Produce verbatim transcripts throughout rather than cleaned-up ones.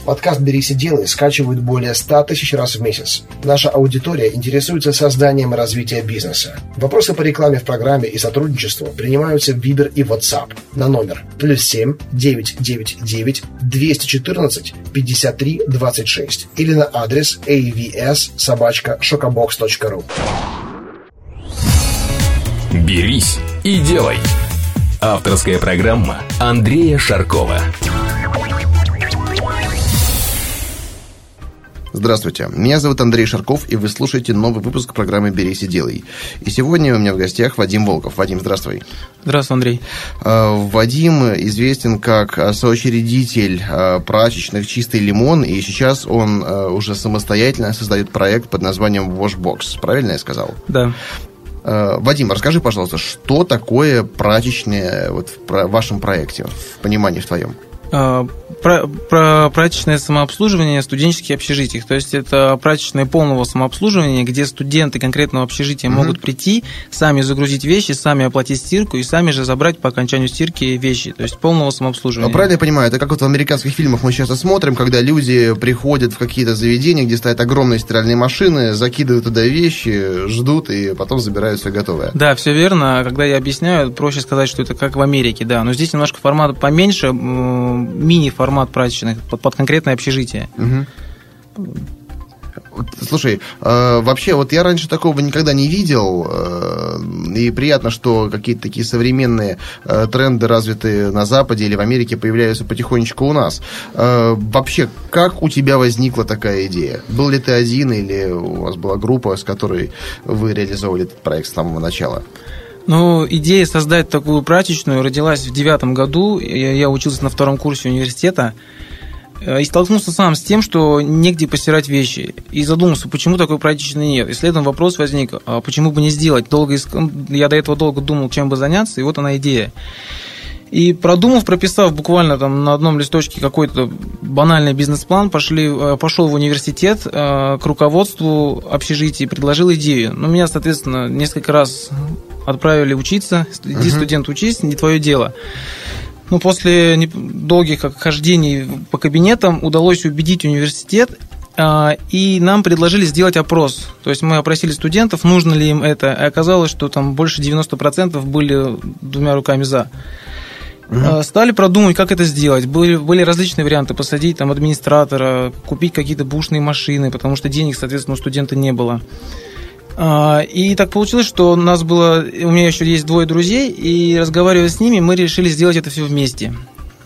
Подкаст «Берись и делай» скачивают более ста тысяч раз в месяц. Наша аудитория интересуется созданием и развитием бизнеса. Вопросы по рекламе в программе и сотрудничеству принимаются в Viber и WhatsApp на номер плюс семь девятьсот девяносто девять двести четырнадцать пятьдесят три двадцать шесть или на адрес эй ви эс собака шокобокс точка ру. «Берись и делай». Авторская программа Андрея Шаркова. Здравствуйте, меня зовут Андрей Шарков, и вы слушаете новый выпуск программы «Берись и делай». И сегодня у меня в гостях Вадим Волков. Вадим, здравствуй. Здравствуй, Андрей. Вадим известен как соучредитель прачечных «Чистый лимон», и сейчас он уже самостоятельно создает проект под названием Washbox. Правильно я сказал? Да. Вадим, расскажи, пожалуйста, что такое прачечное вот в вашем проекте, в понимании в твоем? Про, про прачечное самообслуживание студенческих общежитий. То есть это прачечное полного самообслуживания, где студенты конкретного общежития mm-hmm. могут прийти, сами загрузить вещи, сами оплатить стирку и сами же забрать по окончанию стирки вещи. То есть полного самообслуживания. А правильно я понимаю, это как вот в американских фильмах мы часто смотрим, когда люди приходят в какие-то заведения, где стоят огромные стиральные машины, закидывают туда вещи, ждут и потом забирают все готовое. Да, все верно. Когда я объясняю, проще сказать, что это как в Америке, да. Но здесь немножко формат поменьше, мини-формат прачечных под, под конкретное общежитие. Угу. Слушай, э, вообще, вот я раньше такого никогда не видел, э, и приятно, что какие-то такие современные э, тренды, развитые на Западе или в Америке, появляются потихонечку у нас. Э, вообще, как у тебя возникла такая идея? Был ли ты один, или у вас была группа, с которой вы реализовывали этот проект с самого начала? Ну, идея создать такую прачечную родилась в девятом году. Я учился на втором курсе университета и столкнулся сам с тем, что негде постирать вещи. И задумался, почему такой прачечной нет. И следом вопрос возник, а почему бы не сделать? Долго иск... Я до этого долго думал, чем бы заняться, и вот она идея. И продумав, прописав буквально там на одном листочке какой-то банальный бизнес-план, пошли, пошел в университет к руководству общежития и предложил идею. Ну, меня, соответственно, несколько раз отправили учиться. Иди, uh-huh. студент, учись, не твое дело. Ну, после долгих хождений по кабинетам удалось убедить университет, и нам предложили сделать опрос. То есть мы опросили студентов, нужно ли им это. И оказалось, что там больше девяносто процентов были двумя руками за. Mm-hmm. Стали продумывать, как это сделать. Были, были различные варианты. Посадить там администратора, купить какие-то бушные машины, потому что денег, соответственно, у студента не было. И так получилось, что у нас было... У меня еще есть двое друзей, и разговаривая с ними, мы решили сделать это все вместе.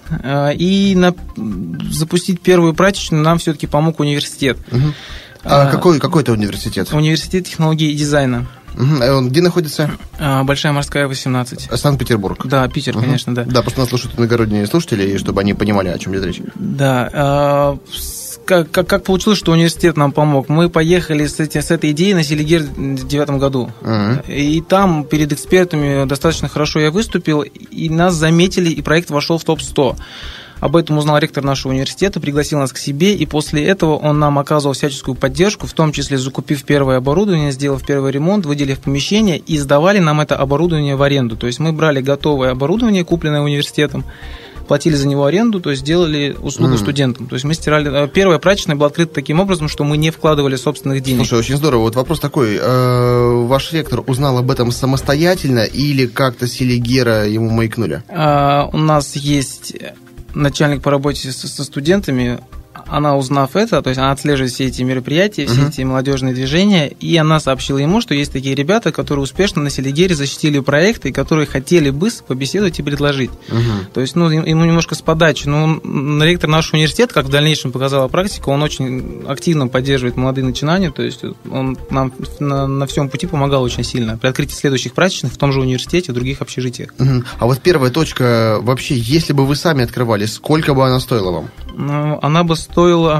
И на... запустить первую прачечную нам все-таки помог университет. Mm-hmm. А, а какой, какой это университет? Университет технологии и дизайна. Угу. Где находится? Большая морская, восемнадцать. Санкт-Петербург. Да, Питер, угу. конечно, да. Да, просто нас слушают иногородние слушатели, чтобы они понимали, о чем идет речь. Да. Как, как, как получилось, что университет нам помог? Мы поехали с, эти, с этой идеей на Селигер в девятом году. Угу. И там перед экспертами достаточно хорошо я выступил, и нас заметили, и проект вошел в топ сто. Об этом узнал ректор нашего университета, пригласил нас к себе, и после этого он нам оказывал всяческую поддержку, в том числе закупив первое оборудование, сделав первый ремонт, выделив помещение, и сдавали нам это оборудование в аренду. То есть мы брали готовое оборудование, купленное университетом, платили за него аренду, то есть делали услугу mm. студентам. То есть мы стирали... Первая прачечная была открыта таким образом, что мы не вкладывали собственных денег. Слушай, очень здорово. Вот вопрос такой. Э, ваш ректор узнал об этом самостоятельно или как-то Селигера ему маякнули? А, у нас есть... начальник по работе со студентами, она, узнав это, то есть она отслеживает все эти мероприятия, все uh-huh. эти молодежные движения, и она сообщила ему, что есть такие ребята, которые успешно на Селигере защитили проекты, и которые хотели бы побеседовать и предложить. Uh-huh. То есть, ну, ему немножко с подачи. Ну, ректор нашего университета, как в дальнейшем показала практика, он очень активно поддерживает молодые начинания, то есть он нам на, на всем пути помогал очень сильно при открытии следующих прачечных в том же университете, в других общежитиях. Uh-huh. А вот первая точка, вообще, если бы вы сами открывали, сколько бы она стоила вам? Ну, она бы стоила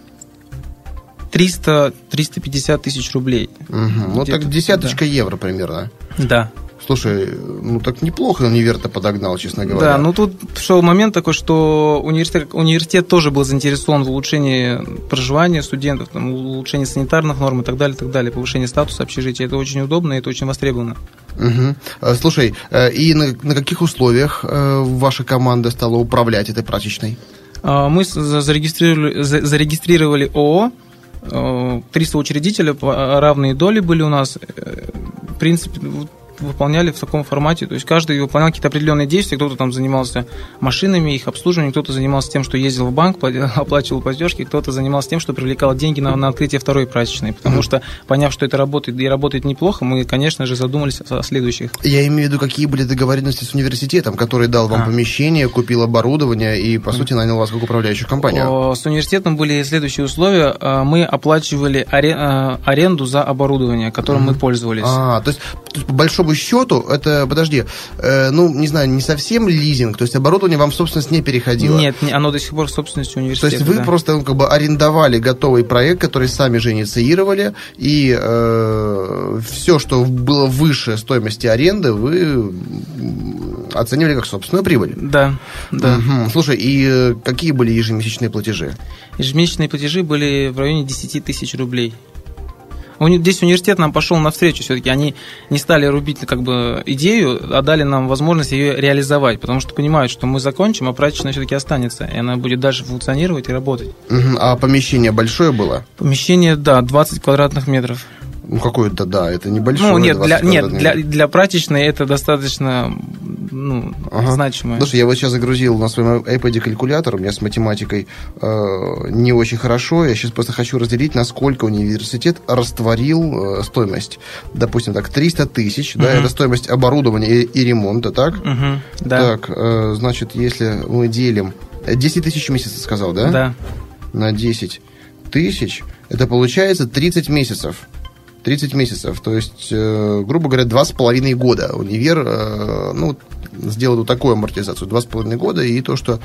триста - триста пятьдесят тысяч рублей. Угу. Ну, так десяточка да. евро примерно. Да. Слушай, ну так неплохо универ-то подогнал, честно говоря. Да, ну тут шел момент такой, что университет, университет тоже был заинтересован в улучшении проживания студентов, там, улучшении санитарных норм и так далее, так далее, повышении статуса общежития. Это очень удобно и это очень востребовано. Угу. Слушай, и на, на каких условиях ваша команда стала управлять этой прачечной? Мы зарегистрировали, зарегистрировали ООО, триста учредителей, равные доли были у нас. В принципе, выполняли в таком формате, то есть каждый выполнял какие-то определенные действия, кто-то там занимался машинами, их обслуживанием, кто-то занимался тем, что ездил в банк, оплачивал платежки, кто-то занимался тем, что привлекал деньги на, на открытие второй прачечной, потому что, поняв, что это работает и работает неплохо, мы, конечно же, задумались о следующих. Я имею в виду, какие были договоренности с университетом, который дал вам а. помещение, купил оборудование и, по сути, нанял вас как управляющую компанию. С университетом были следующие условия. Мы оплачивали аренду за оборудование, которым mm-hmm. мы пользовались. А, то есть, то есть по большому счету, это, подожди, э, ну, не знаю, не совсем лизинг, то есть оборудование вам в собственность не переходило? Нет, оно до сих пор в собственности университета. То есть вы да. просто ну, как бы арендовали готовый проект, который сами же инициировали, и э, все, что было выше стоимости аренды, вы оценивали как собственную прибыль? Да, да. Угу. Слушай, и какие были ежемесячные платежи? Ежемесячные платежи были в районе десять тысяч рублей. Здесь университет нам пошел навстречу, все-таки они не стали рубить как бы идею, а дали нам возможность ее реализовать, потому что понимают, что мы закончим, а прачечная все-таки останется, и она будет дальше функционировать и работать. Угу. А помещение большое было? Помещение, да, двадцать квадратных метров. Ну, какое-то, да, это небольшое. Ну, нет, для, нет для, для прачечной это достаточно ну, ага. значимое. Слушай, я вот сейчас загрузил на своем iPad калькулятор, у меня с математикой э, не очень хорошо, я сейчас просто хочу разделить, насколько университет растворил э, стоимость. Допустим, так, триста тысяч, угу. да, это стоимость оборудования и, и ремонта, так? Угу, да. Так, э, значит, если мы делим... десять тысяч в месяц, ты сказал, да? Да. На десять тысяч, это получается тридцать месяцев. тридцать месяцев, то есть, э, грубо говоря, два с половиной года. Универ, э, ну, сделал вот такую амортизацию, два с половиной года, и то, что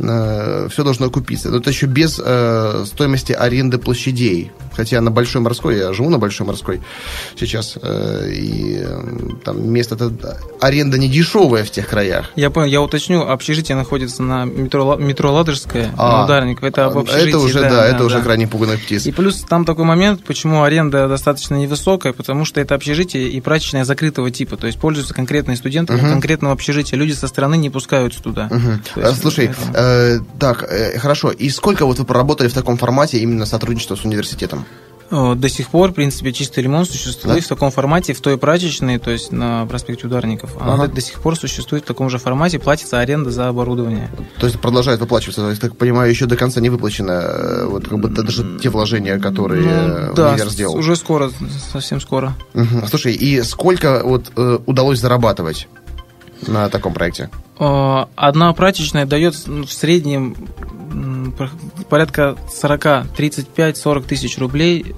э, все должно окупиться. Но это еще без э, стоимости аренды площадей. Хотя на Большой Морской, я живу на Большой Морской сейчас, э, и э, там место-то, аренда не дешевая в тех краях. Я понял, я уточню, общежитие находится на метро, метро Ладожское, а, на Ударников, это об общежитии. Это уже, да, да, да это да, уже да. крайне пуганых птиц. И плюс там такой момент, почему аренда достаточно невысокая, потому что это общежитие и прачечная закрытого типа, то есть пользуются конкретные студенты uh-huh. конкретного общежития, люди со стороны не пускаются туда. Uh-huh. Есть, Слушай, э, так, э, хорошо, и сколько вот вы проработали в таком формате именно сотрудничества с университетом? До сих пор, в принципе, чистый ремонт существует да? в таком формате, в той прачечной, то есть на проспекте Ударников. Она ага. до, до сих пор существует в таком же формате, платится аренда за оборудование. То есть продолжает выплачиваться, то есть, так понимаю, еще до конца не выплачено, вот как бы даже те вложения, которые ну, да, универ сделал. Уже скоро, совсем скоро. Угу. Слушай, и сколько вот удалось зарабатывать на таком проекте? Одна прачечная дает в среднем порядка сорок, тридцать пять сорок тысяч рублей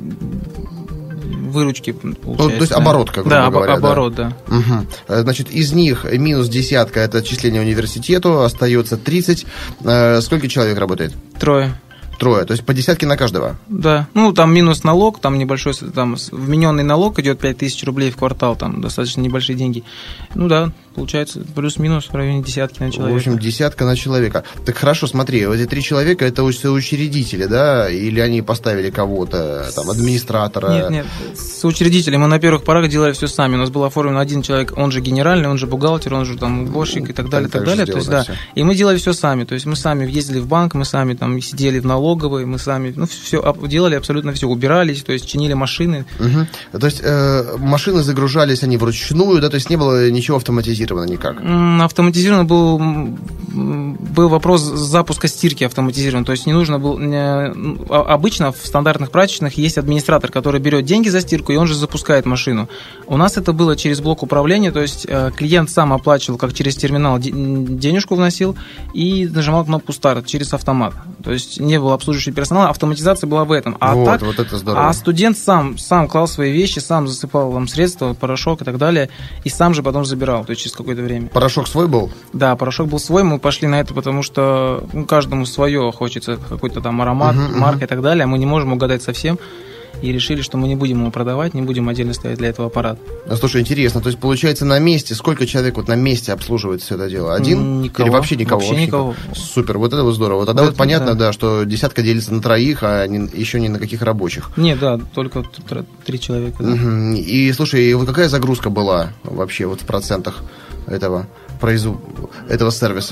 выручки получается. Ну, то есть оборот, как да, говоря. оборот, да. да. Угу. Значит, из них минус десятка – это отчисление университету, остается тридцать. Сколько человек работает? Трое. Трое, то есть по десятке на каждого? Да, ну там минус налог, там небольшой, там вмененный налог идет пять тысяч рублей в квартал, там достаточно небольшие деньги. Ну да, получается плюс-минус в районе десятки на человека. В общем, десятка на человека. Так хорошо, смотри, вот эти три человека – это соучредители, да? Или они поставили кого-то, там, администратора? Нет, нет, соучредители. Мы на первых порах делали все сами. У нас был оформлен один человек, он же генеральный, он же бухгалтер, он же там уборщик и так далее, так, так далее. То есть, да. И мы делали все сами. То есть мы сами ездили в банк, мы сами там сидели в налог, мы сами, ну, все делали абсолютно все, убирались, то есть чинили машины. Угу. То есть э, машины загружались они вручную, да, то есть не было ничего автоматизировано никак? Автоматизировано был, был вопрос запуска стирки автоматизирован, то есть не нужно было, не, обычно в стандартных прачечных есть администратор, который берет деньги за стирку, и он же запускает машину. У нас это было через блок управления, то есть клиент сам оплачивал, как через терминал денежку вносил и нажимал кнопку старт через автомат. То есть не было обслуживающий персонал, автоматизация была в этом. А, вот, так, вот это здорово. А студент сам, сам клал свои вещи, сам засыпал там средства, порошок и так далее, и сам же потом забирал, то есть через какое-то время. Порошок свой был? Да, порошок был свой, мы пошли на это, потому что ну, каждому свое хочется, какой-то там аромат, uh-huh, марка uh-huh. и так далее, мы не можем угадать совсем. И решили, что мы не будем его продавать, не будем отдельно ставить для этого аппарат. А, слушай, интересно, то есть получается на месте, сколько человек вот на месте обслуживает все это дело? Один? Никого. Или вообще никого? Вообще никого. Супер, вот это вот здорово. Тогда вот, вот понятно, да. да, что десятка делится на троих, а не, еще ни на каких рабочих. Нет, да, только три человека. Да. Угу. И, слушай, вот какая загрузка была вообще вот в процентах этого, производ... этого сервиса?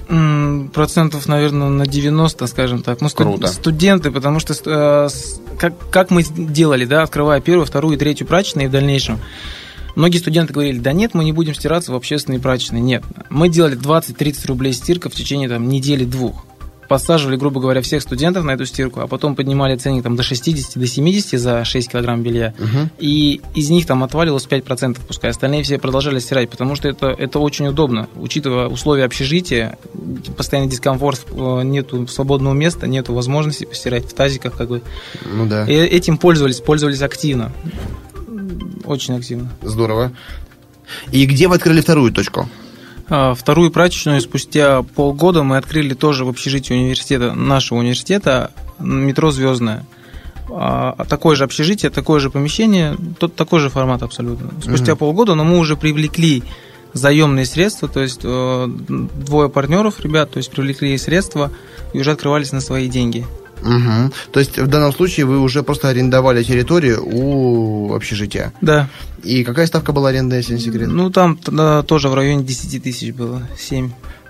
Процентов, наверное, на девяносто, скажем так. Ну, Круто. Студенты, потому что э, как, как мы делали, да, открывая первую, вторую и третью прачечные в дальнейшем, многие студенты говорили, да нет, мы не будем стираться в общественной прачечной. Нет, мы делали двадцать-тридцать рублей стирка в течение там, недели-двух. Подсаживали, грубо говоря, всех студентов на эту стирку, а потом поднимали ценник там, до шестьдесят, до семьдесят за шесть килограмм белья. Угу. И из них там отваливалось пять процентов, пускай остальные все продолжали стирать, потому что это, это очень удобно, учитывая условия общежития, постоянный дискомфорт, нету свободного места, нету возможности постирать в тазиках. Как бы. Ну да. И этим пользовались, пользовались активно. Очень активно. Здорово. И где вы открыли вторую точку? Вторую прачечную спустя полгода мы открыли тоже в общежитии университета, нашего университета, метро «Звездное». Такое же общежитие, такое же помещение, тот, такой же формат абсолютно. Спустя угу. полгода, но мы уже привлекли заемные средства, то есть двое партнеров, ребят, то есть привлекли средства и уже открывались на свои деньги. Угу. То есть в данном случае вы уже просто арендовали территорию у общежития? Да. И какая ставка была аренды, если не секрет? Ну, там да, тоже в районе десять тысяч было, семь.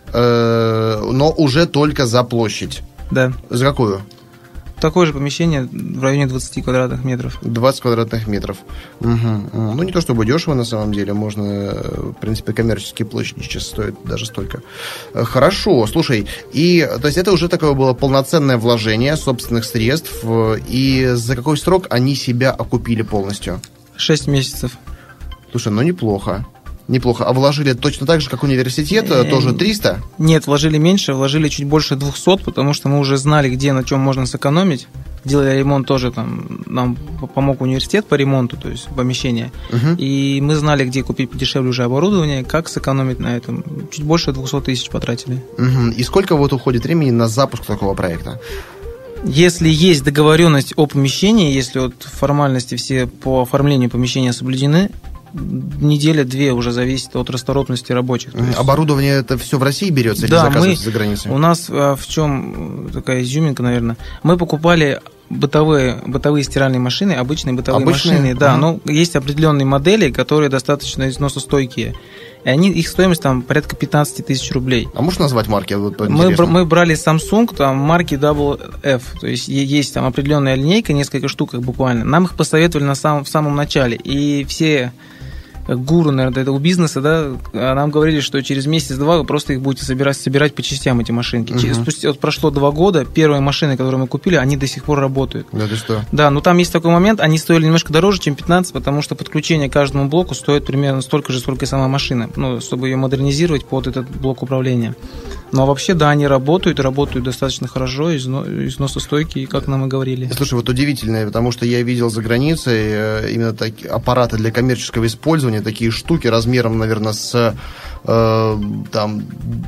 Но уже только за площадь? Да. За какую? Такое же помещение в районе двадцать квадратных метров. двадцать квадратных метров. Угу. Ну, не то чтобы дешево, на самом деле. Можно, в принципе, коммерческие площади сейчас стоят даже столько. Хорошо, слушай. И, то есть, это уже такое было полноценное вложение собственных средств. И за какой срок они себя окупили полностью? Шесть месяцев. Слушай, ну, неплохо. Неплохо. А вложили точно так же, как университет, тоже триста? Нет, вложили меньше, вложили чуть больше двухсот, потому что мы уже знали, где, на чем можно сэкономить. Делали ремонт тоже, там, нам помог университет по ремонту, то есть помещение. Угу. И мы знали, где купить подешевле уже оборудование, как сэкономить на этом. Чуть больше двухсот тысяч потратили. Угу. И сколько вот уходит времени на запуск такого проекта? Если есть договоренность о помещении, если вот формальности все по оформлению помещения соблюдены, неделя-две уже зависит от расторопности рабочих. Есть... Оборудование это все в России берется, да, или заказывается за границей? У нас в чем такая изюминка, наверное. Мы покупали бытовые, бытовые стиральные машины, обычные бытовые обычные? машины. Да, угу. но есть определенные модели, которые достаточно износостойкие. И они, их стоимость там порядка пятнадцать тысяч рублей. А можешь назвать марки? Вот, мы, мы брали Samsung, там марки дабл ю эф, то есть есть там определенная линейка, несколько штук их буквально. Нам их посоветовали на самом, в самом начале. И все гуру, наверное, этого бизнеса, да, нам говорили, что через месяц-два вы просто их будете собирать, собирать по частям, эти машинки. Uh-huh. Спустя, вот прошло два года, первые машины, которые мы купили, они до сих пор работают. Да, ты что? Да, но там есть такой момент, они стоили немножко дороже, чем пятнадцать, потому что подключение к каждому блоку стоит примерно столько же, сколько и сама машина, ну, чтобы ее модернизировать под этот блок управления. Но вообще, да, они работают, работают достаточно хорошо, износостойкие, как нам и говорили. Слушай, вот удивительно, потому что я видел за границей именно такие аппараты для коммерческого использования, такие штуки размером, наверное, с э, там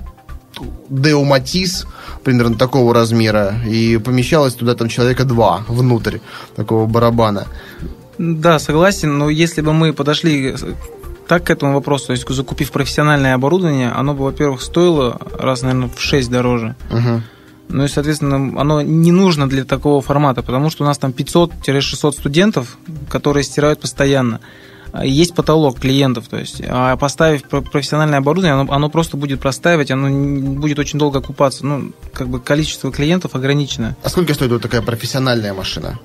Део Матис, примерно такого размера, и помещалось туда там человека два внутрь такого барабана. Да, согласен, но если бы мы подошли так к этому вопросу, то есть закупив профессиональное оборудование, оно бы, во-первых, стоило раз, наверное, в шесть дороже. Угу. Ну и, соответственно, оно не нужно для такого формата, потому что у нас там пятьсот-шестьсот студентов, которые стирают постоянно. Есть потолок клиентов, то есть, а поставив профессиональное оборудование, оно, оно просто будет простаивать, оно будет очень долго окупаться. Ну, как бы количество клиентов ограничено. А сколько стоит вот такая профессиональная машина?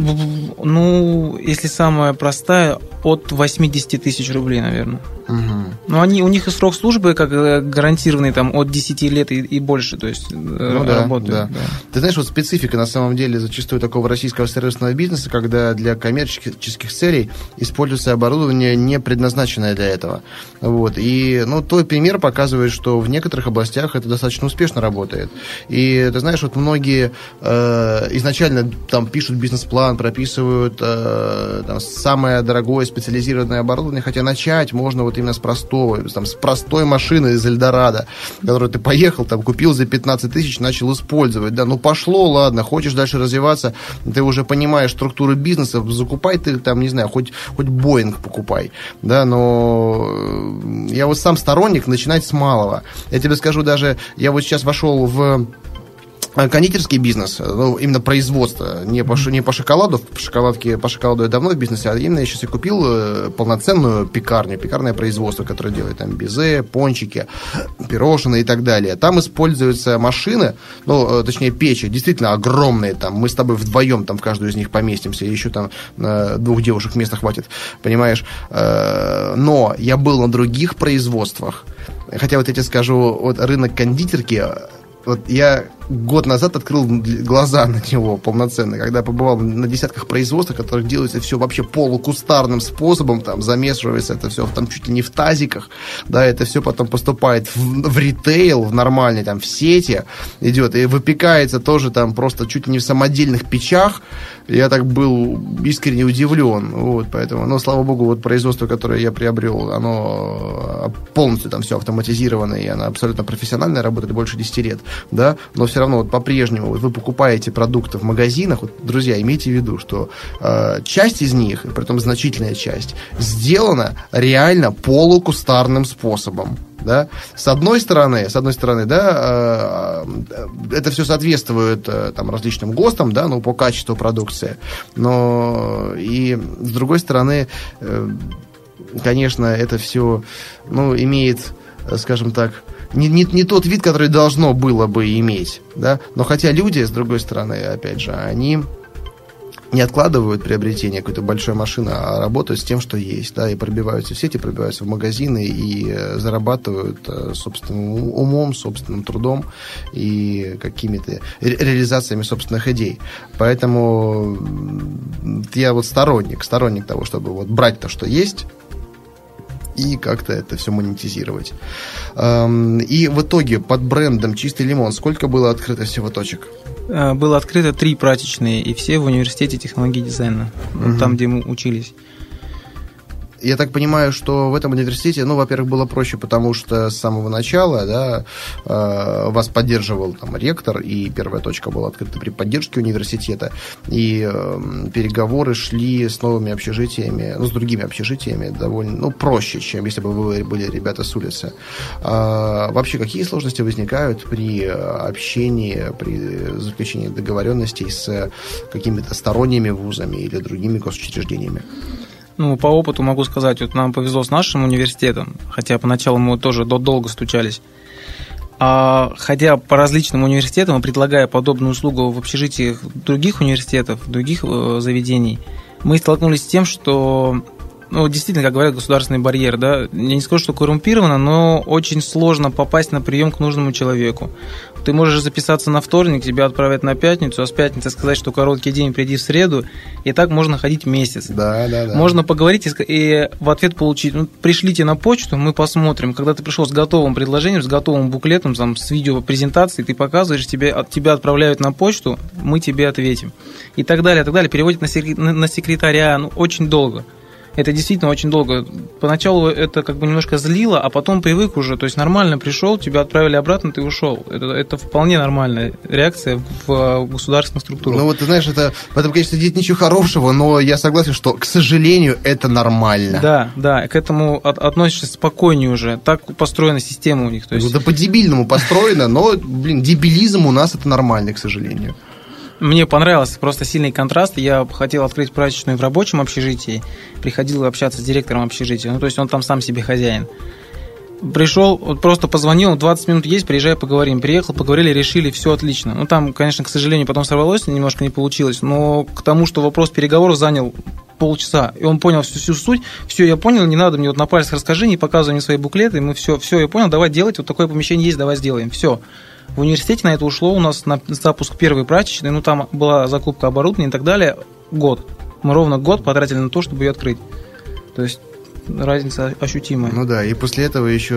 Ну, если самая простая, от восемьдесят тысяч рублей, наверное. Угу. Но они, у них и срок службы как гарантированный там, от десяти лет и, и больше, то есть ну, работают. Да, да. Да. Ты знаешь, вот специфика на самом деле зачастую такого российского сервисного бизнеса, когда для коммерческих целей используется оборудование, не предназначенное для этого. Вот. И ну, твой пример показывает, что в некоторых областях это достаточно успешно работает. И ты знаешь, вот многие э, изначально там пишут бизнес-план, прописывают э, там, самое дорогое специализированное оборудование, хотя начать можно вот именно с простого, там, с простой машины из Эльдорадо, которую ты поехал, там, купил за пятнадцать тысяч, начал использовать, да, ну пошло, ладно, хочешь дальше развиваться, ты уже понимаешь структуру бизнеса, закупай ты, там, не знаю, хоть, хоть Боинг покупай, да, но я вот сам сторонник начинать с малого. Я тебе скажу даже, я вот сейчас вошел в кондитерский бизнес, ну, именно производство, не по, не по шоколаду, по шоколадке, по шоколаду я давно в бизнесе, а именно я сейчас и купил полноценную пекарню, пекарное производство, которое делает там безе, пончики, пирожные и так далее. Там используются машины, ну, точнее, печи, действительно огромные, там, мы с тобой вдвоем там в каждую из них поместимся, и еще там двух девушек места хватит, понимаешь? Но я был на других производствах, хотя вот я тебе скажу, вот рынок кондитерки, вот я год назад открыл глаза на него полноценно, когда побывал на десятках производств, которые делаются все вообще полукустарным способом, там замешивается это все там чуть ли не в тазиках, да, это все потом поступает в, в ритейл, в нормальный, там, в сети идет, и выпекается тоже там просто чуть ли не в самодельных печах. Я так был искренне удивлен, вот, поэтому, но, слава богу, вот производство, которое я приобрел, оно полностью там все автоматизировано, и оно абсолютно профессиональное, работает больше десяти лет, да, но все равно вот по-прежнему вы покупаете продукты в магазинах, вот, друзья, имейте в виду, что э, часть из них, и притом значительная часть, сделана реально полукустарным способом. Да? С одной стороны, с одной стороны, да, э, это все соответствует э, там, различным ГОСТам, да, ну, по качеству продукции, но и с другой стороны, э, конечно, это все, ну, имеет, скажем так, Не, не, не тот вид, который должно было бы иметь, да, но хотя люди, с другой стороны, опять же, они не откладывают приобретение какой-то большой машины, а работают с тем, что есть, да, и пробиваются в сети, пробиваются в магазины и зарабатывают собственным умом, собственным трудом и какими-то ре- реализациями собственных идей. Поэтому я вот сторонник, сторонник того, чтобы вот брать то, что есть, и как-то это все монетизировать. И в итоге под брендом «Чистый лимон» сколько было открыто всего точек? Было открыто три прачечные, и все в университете технологии дизайна, угу. Там, где мы учились. Я так понимаю, что в этом университете, ну, во-первых, было проще, потому что с самого начала, да, э, вас поддерживал там ректор, и первая точка была открыта при поддержке университета, и э, переговоры шли с новыми общежитиями, ну, с другими общежитиями довольно, ну, проще, чем если бы вы были ребята с улицы. А вообще, какие сложности возникают при общении, при заключении договоренностей с какими-то сторонними вузами или другими госучреждениями? Ну, по опыту могу сказать, вот нам повезло с нашим университетом, хотя поначалу мы тоже долго стучались. А, ходя по различным университетам и предлагая подобную услугу в общежитиях других университетов, других э, заведений, мы столкнулись с тем, что, ну, действительно, как говорят, государственный барьер, да, я не скажу, что коррумпировано, но очень сложно попасть на прием к нужному человеку. Ты можешь записаться на вторник, тебя отправят на пятницу, а с пятницы сказать, что короткий день, приди в среду, и так можно ходить месяц. Да, да, да. Можно поговорить и, и в ответ получить, ну, пришлите на почту, мы посмотрим. Когда ты пришел с готовым предложением, с готовым буклетом, там, с видеопрезентацией, ты показываешь, тебе, от, тебя отправляют на почту, мы тебе ответим. И так далее, и так далее. Переводят на, секре, на, на секретаря, ну, очень долго. Это действительно очень долго. Поначалу это как бы немножко злило, а потом привык уже. То есть нормально пришел, тебя отправили обратно, ты ушел. Это, это вполне нормальная реакция в государственных структурах. Ну вот ты знаешь, это, в этом, конечно, нет ничего хорошего, но я согласен, что, к сожалению, это нормально. Да, да, к этому от, относишься спокойнее уже. Так построена система у них. То есть... Ну, да по-дебильному построена, но, блин, дебилизм у нас это нормально, к сожалению. Мне понравился просто сильный контраст. Я хотел открыть прачечную в рабочем общежитии. Приходил общаться с директором общежития. Ну, то есть он там сам себе хозяин. Пришел, вот просто позвонил, двадцать минут есть, приезжай, поговорим. Приехал, поговорили, решили, все отлично. Ну, там, конечно, к сожалению, потом сорвалось, немножко не получилось. Но к тому, что вопрос переговоров занял полчаса, и он понял всю, всю суть. Все, я понял, не надо мне вот на пальцах расскажи, не показывай мне свои буклеты. Мы все, все, я понял, давай делать, вот такое помещение есть, давай сделаем. Все. В университете на это ушло у нас на запуск первой прачечной, ну там была закупка оборудования и так далее, год. Мы ровно год потратили на то, чтобы ее открыть. То есть разница ощутимая. Ну да, и после этого еще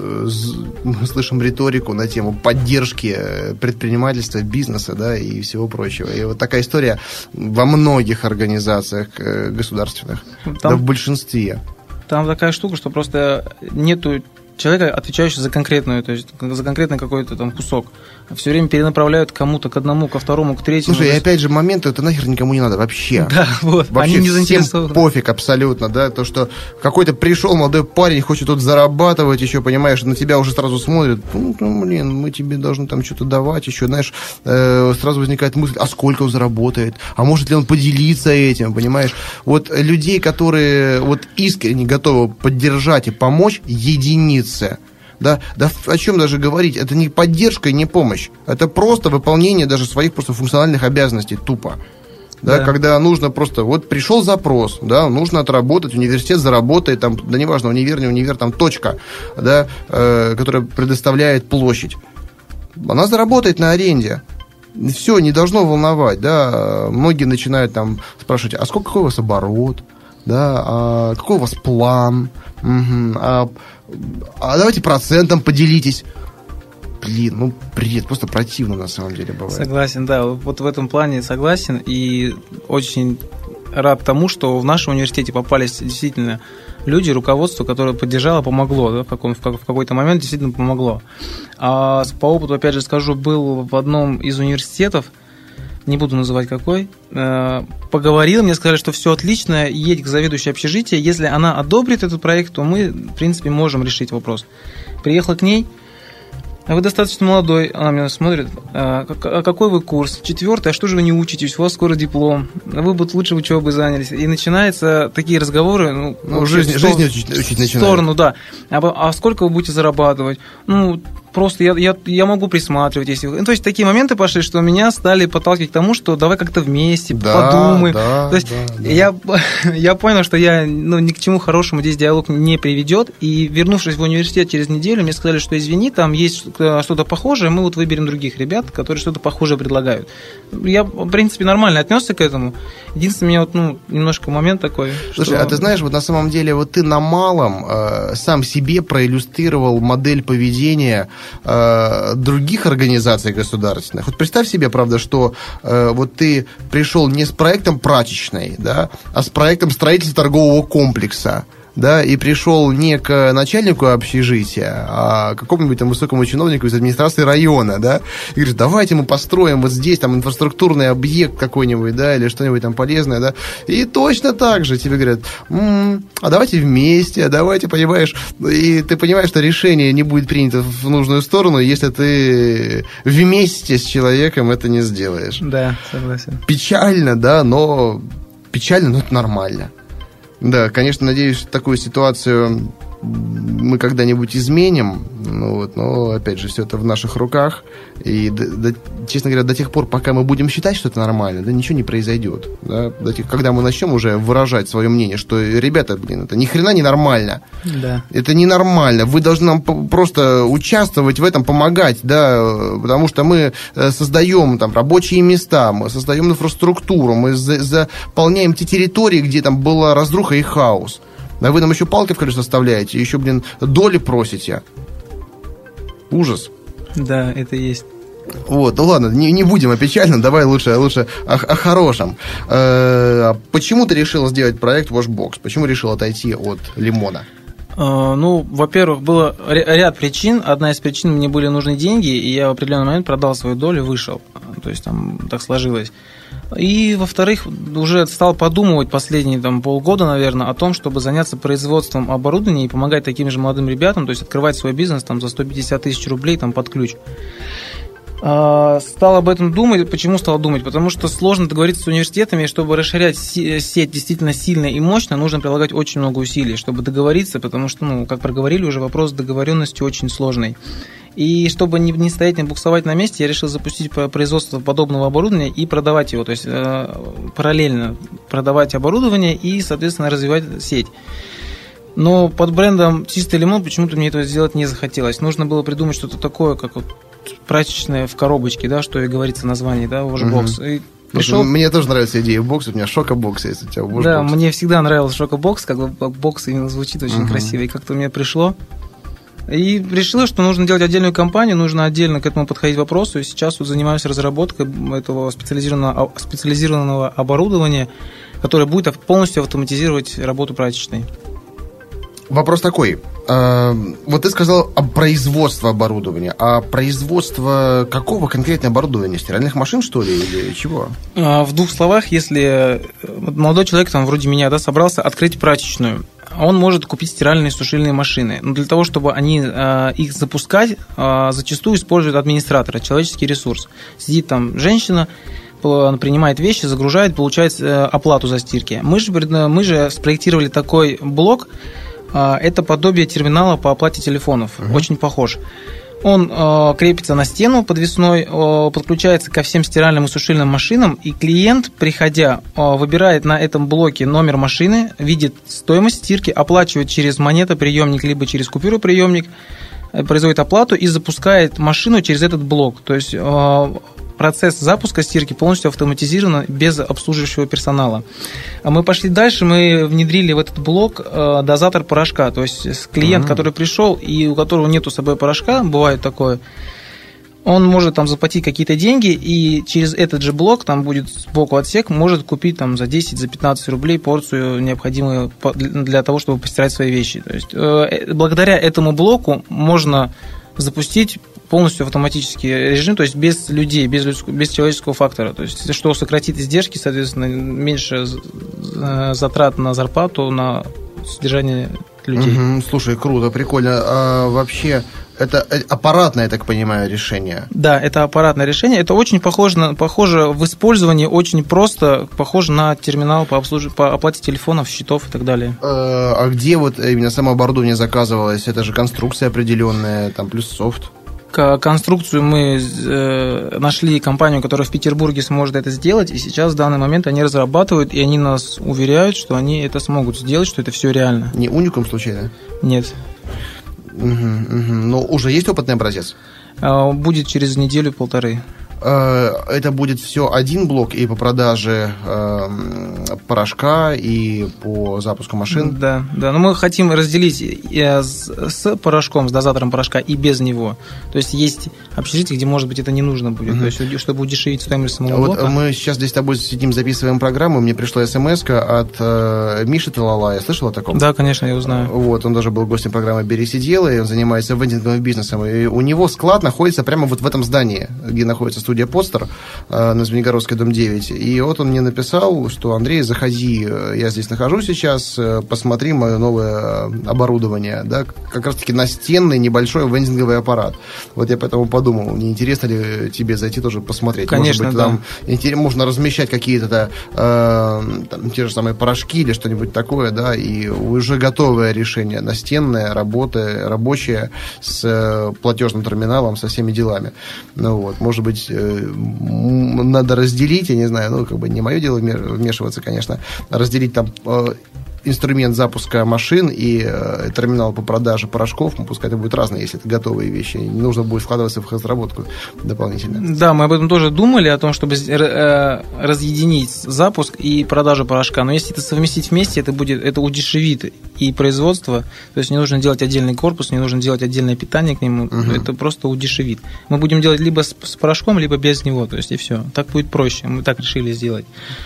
мы слышим риторику на тему поддержки предпринимательства, бизнеса, да, и всего прочего. И вот такая история во многих организациях государственных, там, да, в большинстве. Там такая штука, что просто нету человека, отвечающего за конкретную, то есть за конкретный какой-то там кусок. Все время перенаправляют кому-то, к одному, ко второму, к третьему. Слушай, и опять же, момент, это нахер никому не надо вообще. Да, вот. Вообще Они не всем заинтересованы. пофиг абсолютно, да, то, что какой-то пришел молодой парень, хочет тут зарабатывать еще, понимаешь, на тебя уже сразу смотрят, ну, ну блин, мы тебе должны там что-то давать еще, знаешь, э, сразу возникает мысль, а сколько он заработает, а может ли он поделиться этим, понимаешь? Вот людей, которые вот искренне готовы поддержать и помочь, единицы. Да, да о чем даже говорить? Это не поддержка и не помощь. Это просто выполнение даже своих просто функциональных обязанностей тупо. Да, да. Когда нужно просто, вот пришел запрос, да, нужно отработать, университет заработает, там, да неважно, универ, не универ, там точка, да, э, которая предоставляет площадь. Она заработает на аренде. Все, не должно волновать, да. Многие начинают там спрашивать, а сколько, какой у вас оборот, да, а какой у вас план, угу, а А давайте процентом поделитесь. Блин, ну бред, просто противно на самом деле бывает. Согласен, да, вот в этом плане согласен. И очень рад тому, что в нашем университете попались действительно люди, руководство, которое поддержало, помогло, да, в, каком, в какой-то момент действительно помогло. А по опыту, опять же скажу, был в одном из университетов, не буду называть какой, поговорил, мне сказали, что все отлично, едь к заведующей общежития, если она одобрит этот проект, то мы, в принципе, можем решить вопрос. Приехала к ней, а вы достаточно молодой, она меня смотрит, а какой вы курс? Четвертый, а что же вы не учитесь? У вас скоро диплом, вы бы лучше учебой занялись. И начинаются такие разговоры, ну, ну жизнь, в, жизнь учить, учить в сторону, да. А, а сколько вы будете зарабатывать? Ну, просто я, я, я могу присматривать, если... Ну, то есть такие моменты пошли, что меня стали подталкивать к тому, что давай как-то вместе, да, подумаем. Да, то есть да, да. Я, я понял, что я, ну, ни к чему хорошему здесь диалог не приведет. И вернувшись в университет через неделю, мне сказали, что извини, там есть что-то похожее, мы вот выберем других ребят, которые что-то похожее предлагают. Я, в принципе, нормально отнесся к этому. Единственное, у меня вот, ну, немножко момент такой. Слушай, что... а ты знаешь, вот на самом деле, вот ты на малом э, сам себе проиллюстрировал модель поведения э, других организаций государственных. Вот представь себе, правда, что э, вот ты пришел не с проектом прачечной, да, а с проектом строительства торгового комплекса. Да, и пришел не к начальнику общежития, а к какому-нибудь там высокому чиновнику из администрации района, да, и говорит, давайте мы построим вот здесь там инфраструктурный объект какой-нибудь, да, или что-нибудь там полезное, да, и точно так же тебе говорят, м-м, а давайте вместе, а давайте, понимаешь, и ты понимаешь, что решение не будет принято в нужную сторону, если ты вместе с человеком это не сделаешь. Да, согласен. Печально, да, но печально, но это нормально. Да, конечно, надеюсь, такую ситуацию мы когда-нибудь изменим, ну, вот, но, опять же, все это в наших руках, и, до, до, честно говоря, до тех пор, пока мы будем считать, что это нормально, да, ничего не произойдет, да, до тех, когда мы начнем уже выражать свое мнение, что, ребята, блин, это ни хрена не нормально, да. Это ненормально, вы должны нам просто участвовать в этом, помогать, да, потому что мы создаем там рабочие места, мы создаем инфраструктуру, мы за, заполняем те территории, где там была разруха и хаос. А вы нам еще палки в колеса вставляете, еще, блин, доли просите. Ужас. Да, это есть. Вот, ну ладно, не, не будем о печальном, давай лучше, лучше о, о хорошем. Э-э, почему ты решил сделать проект Washbox? Почему решил отойти от Лимона? Ну, во-первых, было ряд причин. Одна из причин, мне были нужны деньги, и я в определенный момент продал свою долю и вышел. То есть там так сложилось. И, во-вторых, уже стал подумывать последние там, полгода, наверное, о том, чтобы заняться производством оборудования и помогать таким же молодым ребятам, то есть открывать свой бизнес там, за сто пятьдесят тысяч рублей там, под ключ. Стал об этом думать. Почему стал думать? Потому что сложно договориться с университетами, чтобы расширять сеть действительно сильно и мощно, нужно прилагать очень много усилий, чтобы договориться, потому что, ну, как проговорили уже, вопрос договоренности очень сложный. И чтобы не стоять, не буксовать на месте, я решил запустить производство подобного оборудования и продавать его, то есть параллельно продавать оборудование и, соответственно, развивать сеть. Но под брендом «Чистый лимон» почему-то мне этого сделать не захотелось. Нужно было придумать что-то такое, как вот прачечная в коробочке, да, что и говорится в названии, да, Washbox. Угу. И пришел... Мне тоже нравится идея бокса, у меня шокобокс есть, у тебя Washbox. Да, мне всегда нравился шокобокс, как бы бокс именно звучит очень угу. красиво, и как-то мне пришло. И решила, что нужно делать отдельную компанию, нужно отдельно к этому подходить к вопросу, и сейчас вот занимаюсь разработкой этого специализированного, специализированного оборудования, которое будет полностью автоматизировать работу прачечной. Вопрос такой. Вот ты сказал о производстве оборудования. А производство какого конкретно оборудования? Стиральных машин, что ли, или чего? В двух словах, если молодой человек, там, вроде меня, да, собрался открыть прачечную, он может купить стиральные и сушильные машины. Но для того, чтобы они, их запускать, зачастую используют администратора, человеческий ресурс. Сидит там женщина, принимает вещи, загружает, получает оплату за стирки. Мы же, мы же спроектировали такой блок. Это подобие терминала по оплате телефонов. Uh-huh. Очень похож. Он э, крепится на стену подвесной, э, подключается ко всем стиральным и сушильным машинам, и клиент, приходя, э, выбирает на этом блоке номер машины, видит стоимость стирки, оплачивает через монетоприемник либо через купюроприемник, э, производит оплату и запускает машину через этот блок. То есть э, процесс запуска стирки полностью автоматизирован, без обслуживающего персонала. А мы пошли дальше, мы внедрили в этот блок э, дозатор порошка. То есть клиент, mm-hmm. который пришел и у которого нету с собой порошка, бывает такое, он может там заплатить какие-то деньги, и через этот же блок, там будет сбоку отсек, может купить там за десять, за пятнадцать рублей порцию, необходимую для того, чтобы постирать свои вещи. То есть э, благодаря этому блоку можно запустить полностью автоматический режим, то есть без людей, без, людского, без человеческого фактора. То есть, что сократит издержки, соответственно, меньше затрат на зарплату, на содержание людей. Угу, слушай, круто, прикольно. А вообще, это аппаратное, я так понимаю, решение? Да, это аппаратное решение. Это очень похоже, на, похоже в использовании, очень просто, похоже на терминал по, обслуж... по оплате телефонов, счетов и так далее. А где вот именно само оборудование заказывалось? Это же конструкция определенная, там плюс софт. Конструкцию мы э, нашли компанию, которая в Петербурге сможет это сделать, и сейчас в данный момент они разрабатывают, и они нас уверяют, что они это смогут сделать, что это все реально. Не уникум случайно? Нет. Угу, угу. Но уже есть опытный образец? Будет через неделю-полторы. Это будет все один блок и по продаже э, порошка, и по запуску машин? Да, да. Но мы хотим разделить с, с порошком, с дозатором порошка и без него. То есть есть общежитие, где, может быть, это не нужно будет. Mm-hmm. То есть, чтобы удешевить стоимость самого вот блока. Мы сейчас здесь с тобой сидим, записываем программу. Мне пришла смс-ка от э, Миши Талалая. Слышал о таком? Да, конечно, я узнаю. Вот, он даже был гостем программы «Бери, сидела», и он занимается вендинговым бизнесом. И у него склад находится прямо вот в этом здании, где находится студия «Постер» на Звенигородской, дом девять. И вот он мне написал, что: Андрей, заходи, я здесь нахожусь сейчас, посмотри мое новое оборудование. Да, как раз-таки настенный небольшой вендинговый аппарат. Вот я поэтому подумал, не интересно ли тебе зайти тоже посмотреть? Конечно, может быть, да. Там можно размещать какие-то э, там, те же самые порошки или что-нибудь такое, да, и уже готовое решение, настенное, работы, рабочее, с платежным терминалом, со всеми делами. Ну вот, может быть, надо разделить, я не знаю, ну, как бы не мое дело вмешиваться, конечно, разделить там инструмент запуска машин и э, терминал по продаже порошков, ну, пускай это будет разное, если это готовые вещи, не нужно будет вкладываться в их разработку дополнительно. Да, мы об этом тоже думали, о том, чтобы э, разъединить запуск и продажу порошка, но если это совместить вместе, это будет, это удешевит и производство, то есть не нужно делать отдельный корпус, не нужно делать отдельное питание к нему, угу. Это просто удешевит. Мы будем делать либо с, с порошком, либо без него, то есть и все. Так будет проще, мы так решили сделать.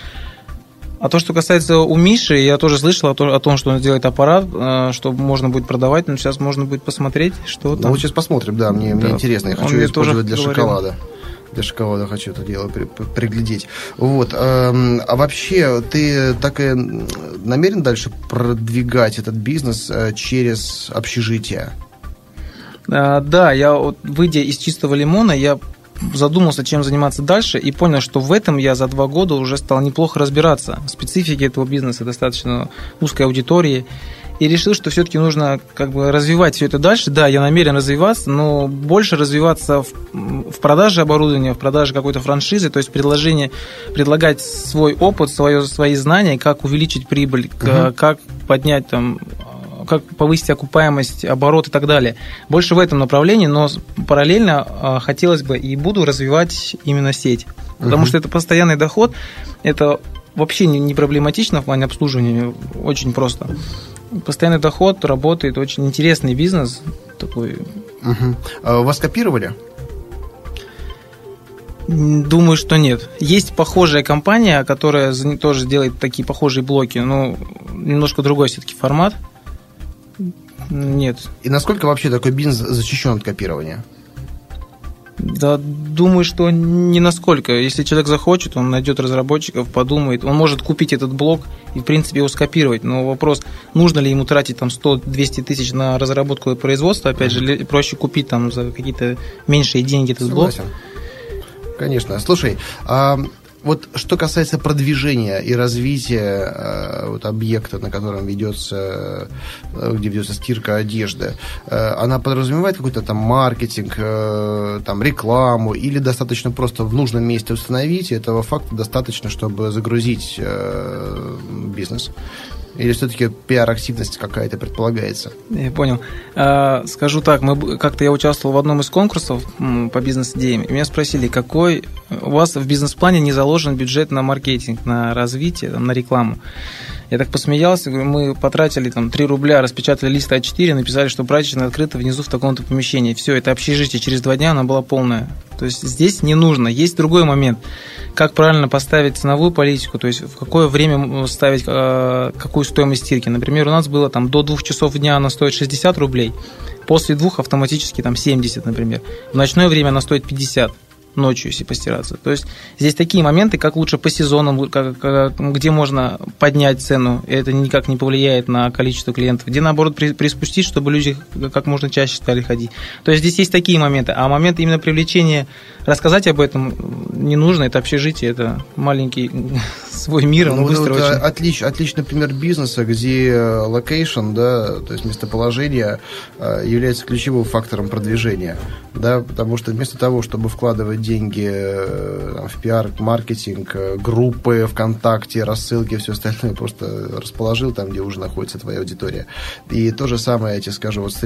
А то, что касается у Миши, я тоже слышал о том, что он делает аппарат, что можно будет продавать, но сейчас можно будет посмотреть, что там. Ну, вот сейчас посмотрим, да, мне, да. мне интересно, я хочу использовать для говорил. шоколада. Для шоколада хочу это дело при, при, приглядеть. Вот. А, а вообще, ты так и намерен дальше продвигать этот бизнес через общежитие? А, да, я вот, выйдя из чистого лимона, я задумался, чем заниматься дальше, и понял, что в этом я за два года уже стал неплохо разбираться. В специфике этого бизнеса достаточно узкой аудитории. И решил, что все-таки нужно как бы развивать все это дальше. Да, я намерен развиваться, но больше развиваться в, в продаже оборудования, в продаже какой-то франшизы, то есть предложение, предлагать свой опыт, свое, свои знания, как увеличить прибыль, uh-huh. как поднять там, как повысить окупаемость, оборот и так далее. Больше в этом направлении, но параллельно хотелось бы и буду развивать именно сеть. Потому uh-huh. что это постоянный доход, это вообще не проблематично в плане обслуживания, очень просто. Постоянный доход, работает, очень интересный бизнес такой. Uh-huh. А вас копировали? Думаю, что нет. Есть похожая компания, которая тоже делает такие похожие блоки, но немножко другой все-таки формат. Нет. И насколько вообще такой бизнес защищен от копирования? Да, думаю, что не насколько. Если человек захочет, он найдет разработчиков, подумает. Он может купить этот блок и, в принципе, его скопировать. Но вопрос, нужно ли ему тратить там сто-двести тысяч на разработку и производство, опять же, проще купить там за какие-то меньшие деньги этот блок. Согласен. Конечно. Слушай, а вот что касается продвижения и развития э, вот, объекта, на котором ведется, э, где ведется стирка одежды, э, она подразумевает какой-то там маркетинг, э, там рекламу, или достаточно просто в нужном месте установить, и этого факта достаточно, чтобы загрузить э, бизнес? Или все-таки пиар-активность какая-то предполагается? Я понял. Скажу так, мы, как-то я участвовал в одном из конкурсов по бизнес-идеям, и меня спросили, какой у вас в бизнес-плане не заложен бюджет на маркетинг, на развитие, там, на рекламу. Я так посмеялся, говорю, мы потратили там три рубля, распечатали лист а четыре, написали, что прачечная открыта внизу в таком-то помещении. Все, это общежитие, через два дня она была полная. То есть здесь не нужно. Есть другой момент, как правильно поставить ценовую политику, то есть в какое время ставить э, какую стоимость стирки. Например, у нас было там до двух часов дня она стоит шестьдесят рублей, после двух автоматически там семьдесят, например. В ночное время она стоит пятьдесят. Ночью, если постираться. То есть здесь такие моменты, как лучше по сезонам, как, как, где можно поднять цену, и это никак не повлияет на количество клиентов, где, наоборот, при, приспустить, чтобы люди как можно чаще стали ходить. То есть здесь есть такие моменты. А момент именно привлечения, рассказать об этом не нужно, это общежитие, это маленький свой мир, он ну, быстро вот, очень... Отлич, отличный пример бизнеса, где локейшн, да, то есть местоположение является ключевым фактором продвижения, да, потому что вместо того, чтобы вкладывать деньги там, в пиар, маркетинг, группы ВКонтакте, рассылки, все остальное, просто расположил там, где уже находится твоя аудитория. И то же самое, я тебе скажу, вот с,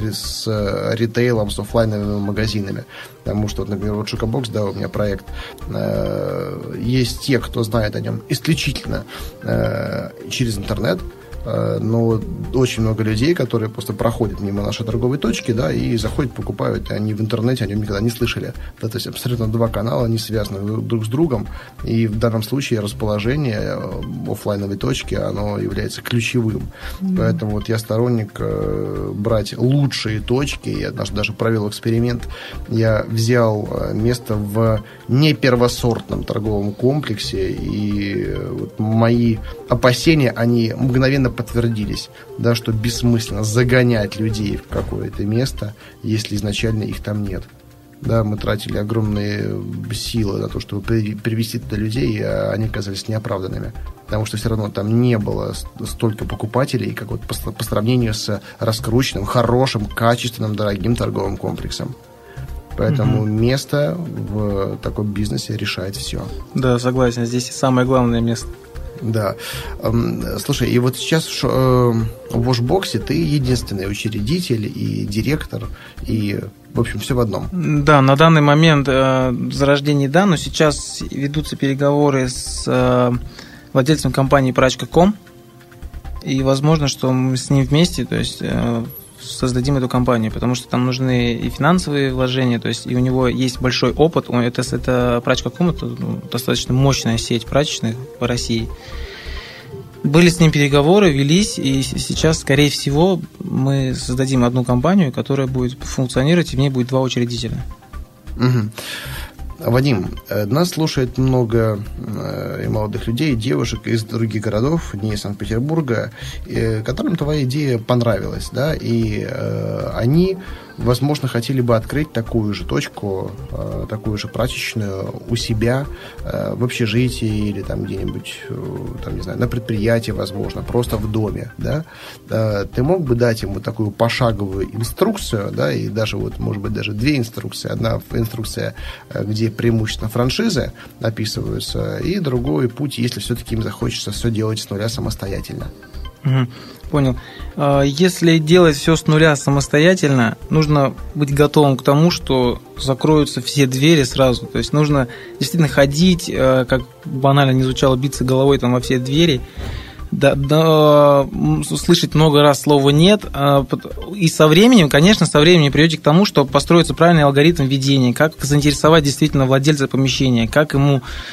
с ритейлом, с офлайновыми магазинами. Потому что, вот, например, вот Шокобокс, да, у меня проект, э, есть те, кто знает о нем исключительно э, через интернет, но очень много людей, которые просто проходят мимо нашей торговой точки, да, и заходят, покупают, и они в интернете о нем никогда не слышали. Да, то есть абсолютно два канала, они связаны друг с другом, и в данном случае расположение офлайновой точки, оно является ключевым. Mm-hmm. Поэтому вот я сторонник э, брать лучшие точки. Я однажды даже провел эксперимент. Я взял место в непервосортном торговом комплексе, и вот мои опасения, они мгновенно подтвердились, да, что бессмысленно загонять людей в какое-то место, если изначально их там нет. Да, мы тратили огромные силы на то, чтобы привести туда людей, а они оказались неоправданными. Потому что все равно там не было столько покупателей, как вот по, по сравнению с раскрученным, хорошим, качественным, дорогим торговым комплексом. Поэтому угу. место в таком бизнесе решает все. Да, согласен. Здесь самое главное место. Да. Слушай, и вот сейчас в Washbox ты единственный учредитель и директор, и, в общем, все в одном. Да, на данный момент зарождение да, но сейчас ведутся переговоры с владельцем компании прачка точка ком, и возможно, что мы с ним вместе, то есть создадим эту компанию, потому что там нужны и финансовые вложения, то есть и у него есть большой опыт. Это, это прачка точка ком, это ну, достаточно мощная сеть прачечных по России. Были с ним переговоры, велись, и сейчас, скорее всего, мы создадим одну компанию, которая будет функционировать, и в ней будет два учредителя. Угу. Вадим, нас слушает много и молодых людей, девушек из других городов, не из Санкт-Петербурга, которым твоя идея понравилась, да, и они, возможно, хотели бы открыть такую же точку, такую же прачечную у себя в общежитии или там где-нибудь, там, не знаю, на предприятии, возможно, просто в доме, да. Ты мог бы дать ему такую пошаговую инструкцию, да, и даже вот, может быть, даже две инструкции. Одна инструкция, где преимущественно франшизы описываются, и другой путь, если все-таки им захочется все делать с нуля самостоятельно. Угу, понял. Если делать все с нуля самостоятельно, нужно быть готовым к тому, что закроются все двери сразу. То есть нужно действительно ходить, как банально не звучало, биться головой там во все двери. Да, да, слышать много раз слово «нет», и со временем, конечно, со временем придете к тому, что построится правильный алгоритм ведения, как заинтересовать действительно владельца помещения, как ему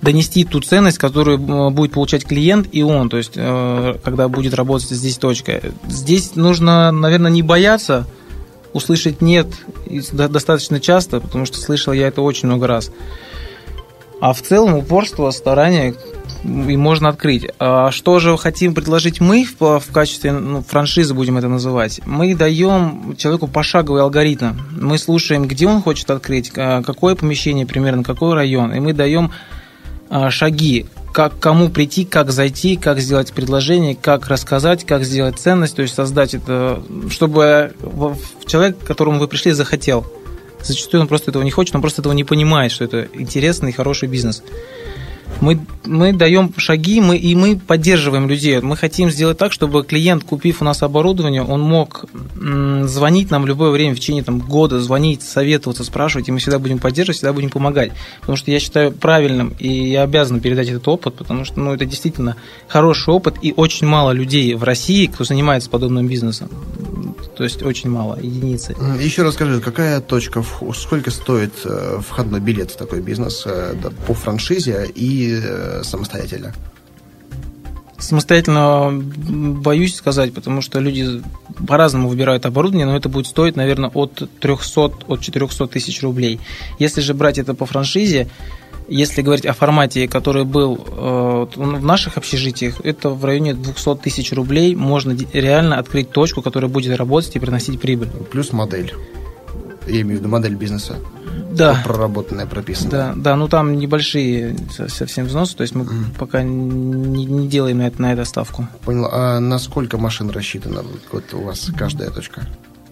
донести ту ценность, которую будет получать клиент и он, то есть когда будет работать здесь точка. Здесь нужно, наверное, не бояться услышать «нет» достаточно часто, потому что слышал я это очень много раз. А в целом упорство, старание и можно открыть. А что же хотим предложить мы в, в качестве ну, франшизы, будем это называть? Мы даем человеку пошаговый алгоритм. Мы слушаем, где он хочет открыть, какое помещение примерно, какой район, и мы даем шаги, как кому прийти, как зайти, как сделать предложение, как рассказать, как сделать ценность, то есть создать это, чтобы человек, к которому вы пришли, захотел. Зачастую он просто этого не хочет, он просто этого не понимает, что это интересный и хороший бизнес. Мы, мы даем шаги, мы, и мы поддерживаем людей. Мы хотим сделать так, чтобы клиент, купив у нас оборудование, он мог м, звонить нам в любое время в течение там, года, звонить, советоваться, спрашивать, и мы всегда будем поддерживать, всегда будем помогать. Потому что я считаю правильным, и я обязан передать этот опыт, потому что ну, это действительно хороший опыт, и очень мало людей в России, кто занимается подобным бизнесом. То есть очень мало, единицы. Еще расскажи, какая точка, сколько стоит входной билет в такой бизнес по франшизе и самостоятельно? Самостоятельно боюсь сказать, потому что люди по-разному выбирают оборудование, но это будет стоить, наверное, от трехсот, от четырехсот тысяч рублей. Если же брать это по франшизе, если говорить о формате, который был э, в наших общежитиях, это в районе двухсот тысяч рублей можно реально открыть точку, которая будет работать и приносить прибыль. Плюс модель. Я имею в виду модель бизнеса. Да. Проработанная, прописанная. Да, да, ну там небольшие совсем взносы, то есть мы mm. пока не, не делаем на это, на это ставку. Понял. А на сколько машин рассчитана вот у вас каждая точка?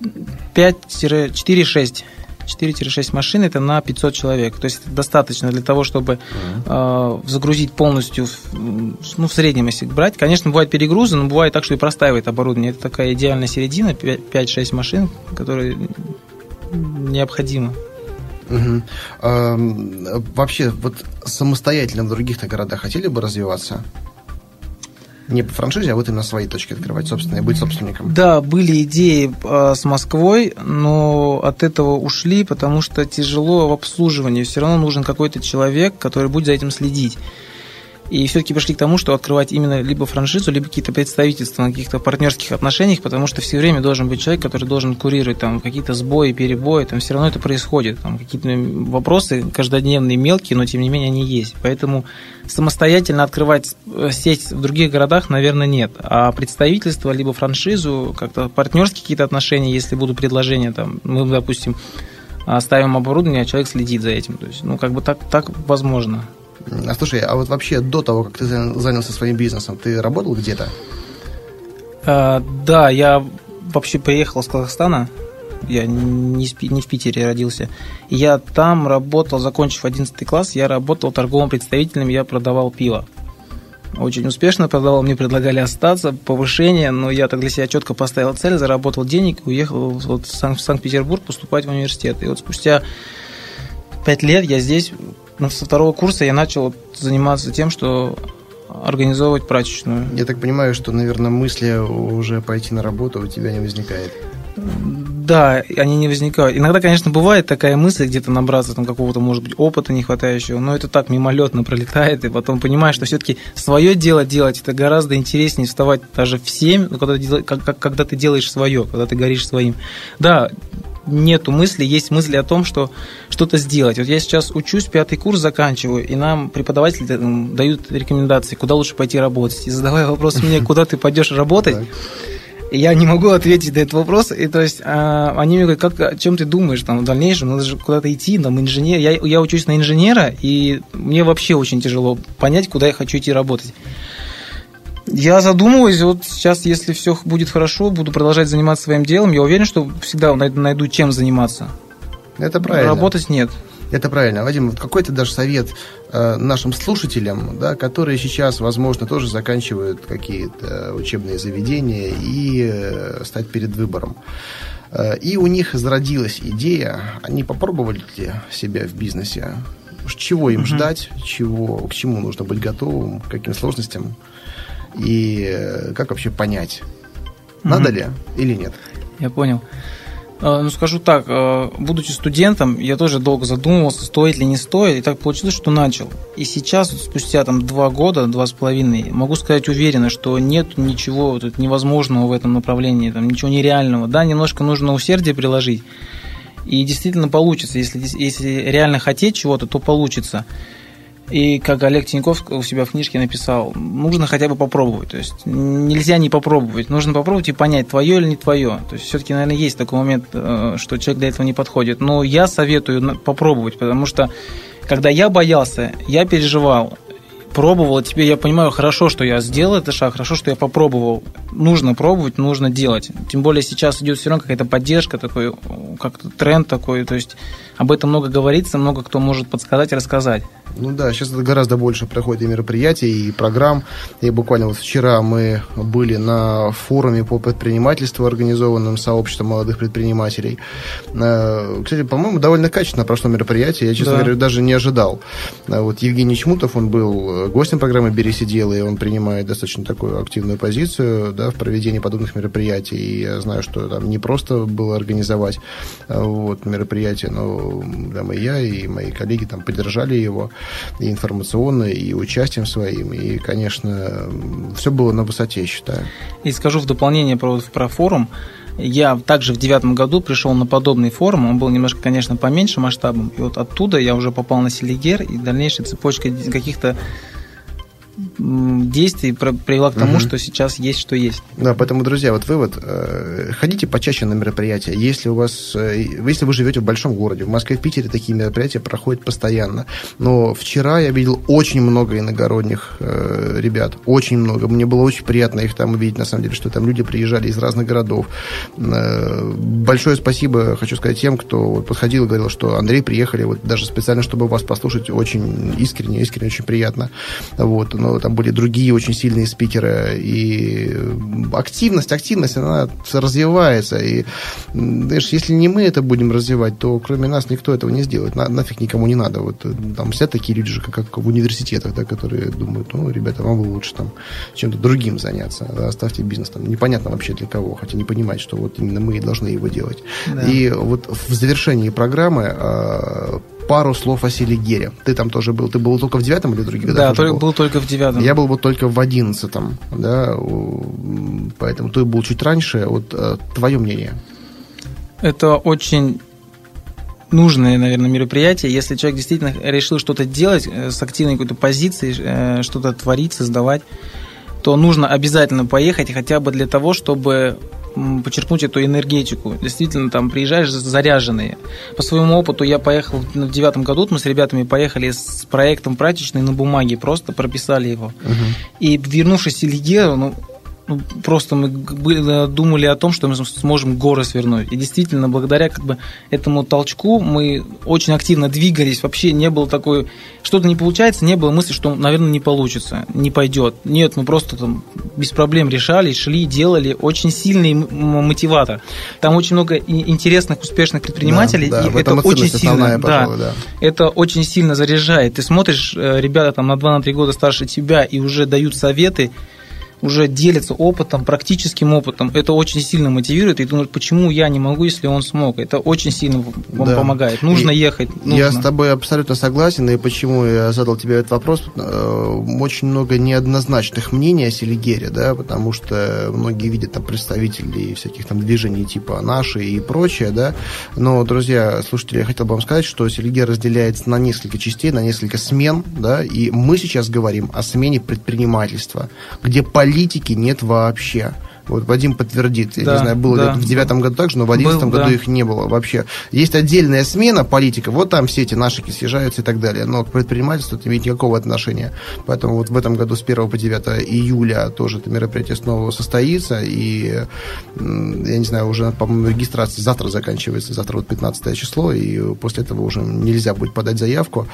пять-четыре-шесть. четыре-шесть машин – это на пятьсот человек. То есть это достаточно для того, чтобы mm. э, загрузить полностью, ну, в среднем, если брать. Конечно, бывают перегрузы, но бывает так, что и простаивает оборудование. Это такая идеальная середина, пять-шесть машин, которые необходимы. Угу. А, вообще, вот самостоятельно в других-то городах хотели бы развиваться? Не по франшизе, а вот именно свои точки открывать, собственно, и быть собственником. Да, были идеи э, с Москвой, но от этого ушли, потому что тяжело в обслуживании. Все равно нужен какой-то человек, который будет за этим следить. И все-таки пришли к тому, что открывать именно либо франшизу, либо какие-то представительства на каких-то партнерских отношениях, потому что все время должен быть человек, который должен курировать там какие-то сбои, перебои, там все равно это происходит. Там какие-то вопросы каждодневные, мелкие, но тем не менее они есть. Поэтому самостоятельно открывать сеть в других городах, наверное, нет. А представительство, либо франшизу, как-то партнерские какие-то отношения, если будут предложения, там, мы, допустим, ставим оборудование, а человек следит за этим. То есть, ну, как бы так, так возможно. А слушай, а вот вообще до того, как ты занялся своим бизнесом, ты работал где-то? А, да, я вообще приехал с Казахстана, я не, не в Питере родился. Я там работал, закончив одиннадцатый класс, я работал торговым представителем, я продавал пиво. Очень успешно продавал, мне предлагали остаться, повышение, но я так для себя четко поставил цель, заработал денег и уехал вот в Санкт-Петербург поступать в университет. И вот спустя пять лет я здесь... Но со второго курса я начал заниматься тем, что организовывать прачечную. Я так понимаю, что, наверное, мысли уже пойти на работу у тебя не возникает. Да, они не возникают. Иногда, конечно, бывает такая мысль где-то набраться там какого-то, может быть, опыта не хватающего, но это так мимолетно пролетает, и потом понимаешь, что все-таки свое дело делать это гораздо интереснее вставать даже в семь, когда ты, когда ты делаешь свое, когда ты горишь своим. Да, нету мысли, есть мысли о том, что что-то сделать. Вот я сейчас учусь, пятый курс заканчиваю, и нам преподаватели дают рекомендации, куда лучше пойти работать. И задавая вопрос мне, куда ты пойдешь работать, я не могу ответить на этот вопрос. И, то есть, а, они мне говорят, как, о чем ты думаешь там, в дальнейшем, надо же куда-то идти, там, инженер. Я, я учусь на инженера, и мне вообще очень тяжело понять, куда я хочу идти работать. Я задумываюсь, вот сейчас, если все будет хорошо, буду продолжать заниматься своим делом. Я уверен, что всегда найду чем заниматься. Это правильно. Работать нет. Это правильно. Вадим, вот какой ты дашь совет э, нашим слушателям, да, которые сейчас, возможно, тоже заканчивают какие-то учебные заведения и э, стать перед выбором. Э, и у них зародилась идея, они попробовали себя в бизнесе. Чего им uh-huh. ждать, чего, к чему нужно быть готовым, к каким сложностям. И как вообще понять, надо mm-hmm. ли или нет? Я понял. Ну, скажу так, будучи студентом, я тоже долго задумывался, стоит ли, не стоит, и так получилось, что начал. И сейчас, спустя там два года, два с половиной, могу сказать уверенно, что нет ничего тут невозможного в этом направлении, там, ничего нереального. Да, немножко нужно усердие приложить, и действительно получится. Если, если реально хотеть чего-то, то получится. И как Олег Тиньков у себя в книжке написал, нужно хотя бы попробовать. То есть нельзя не попробовать. Нужно попробовать и понять, твое или не твое. То есть все-таки, наверное, есть такой момент, что человек для этого не подходит. Но я советую попробовать, потому что когда я боялся, я переживал, пробовал, и теперь я понимаю, хорошо, что я сделал этот шаг, хорошо, что я попробовал. Нужно пробовать, нужно делать. Тем более сейчас идет все равно какая-то поддержка, такой, как-то тренд такой. То есть об этом много говорится, много кто может подсказать и рассказать. Ну да, сейчас это гораздо больше проходит и мероприятий, и программ. И буквально вот вчера мы были на форуме по предпринимательству, организованном сообществом молодых предпринимателей. Кстати, по-моему, довольно качественно прошло мероприятие. Я, честно да. говоря, даже не ожидал. Вот Евгений Чмутов, он был гостем программы «Бери, сидел», и он принимает достаточно такую активную позицию, да, в проведении подобных мероприятий. И я знаю, что там не просто было организовать вот, мероприятие, но там, и я, и мои коллеги там поддержали его и информационно, и участием своим. И, конечно, все было на высоте, я считаю. И скажу в дополнение про, про форум. Я также в девятом году пришел на подобный форум. Он был немножко, конечно, поменьше масштабом. И вот оттуда я уже попал на Селигер, и дальнейшая цепочка каких-то действий привела к тому, угу. что сейчас есть, что есть. Да, поэтому, друзья, вот вывод. Ходите почаще на мероприятия. Если у вас, если вы живете в большом городе, в Москве, в Питере такие мероприятия проходят постоянно. Но вчера я видел очень много иногородних ребят. Очень много. Мне было очень приятно их там увидеть, на самом деле, что там люди приезжали из разных городов. Большое спасибо хочу сказать тем, кто подходил и говорил, что Андрей, приехали вот даже специально, чтобы вас послушать. Очень искренне, искренне, очень приятно. Вот. Но там были другие очень сильные спикеры, и активность, активность, она развивается, и, знаешь, если не мы это будем развивать, то кроме нас никто этого не сделает, На, нафиг никому не надо, вот там сидят такие люди же, как, как в университетах, да, которые думают, ну, ребята, вам бы лучше там чем-то другим заняться, да, оставьте бизнес, там, непонятно вообще для кого, хотя не понимать, что вот именно мы и должны его делать. Да. И вот в завершении программы пару слов о Селигере. Ты там тоже был. Ты был только в девятом или в других годах? Да, только, был? был только в девятом. Я был вот только в одиннадцатом. Да, поэтому ты был чуть раньше. Вот твое мнение? Это очень нужное, наверное, мероприятие. Если человек действительно решил что-то делать с активной какой-то позицией, что-то творить, создавать, то нужно обязательно поехать хотя бы для того, чтобы подчеркнуть эту энергетику. Действительно, там приезжаешь заряженный. По своему опыту я поехал в девятом году, мы с ребятами поехали с проектом прачечной на бумаге, просто прописали его. Угу. И вернувшись в Селигер, ну, просто мы думали о том, что мы сможем горы свернуть. И действительно, благодаря как бы этому толчку мы очень активно двигались. Вообще не было такой... Что-то не получается, не было мысли, что, наверное, не получится, не пойдет. Нет, мы просто там без проблем решали, шли, делали. Очень сильный мотиватор. Там очень много интересных, успешных предпринимателей. Да, да, и это очень сильно, да, да. Это очень сильно заряжает. Ты смотришь, ребята там на два-три года старше тебя и уже дают советы, уже делятся опытом, практическим опытом. Это очень сильно мотивирует. И думают, почему я не могу, если он смог. Это очень сильно вам да. помогает. Нужно и ехать. Нужно. Я с тобой абсолютно согласен. И почему я задал тебе этот вопрос? Очень много неоднозначных мнений о Селигере, да, потому что многие видят там представителей всяких там движений типа «Наши» и прочее, да. Но, друзья, слушатели, я хотел бы вам сказать, что Селигер разделяется на несколько частей, на несколько смен, да, и мы сейчас говорим о смене предпринимательства, где политика Политики нет вообще. Вот Вадим подтвердит. Я да, не знаю, было да, ли это в девятом году так же, но в одиннадцатом году да. их не было вообще. Есть отдельная смена политика, вот там все эти нашики съезжаются и так далее. Но к предпринимательству это не имеет никакого отношения. Поэтому вот в этом году с первого по девятое июля тоже это мероприятие снова состоится. И, я не знаю, уже, по-моему, регистрация завтра заканчивается. Завтра вот пятнадцатое число, и после этого уже нельзя будет подать заявку.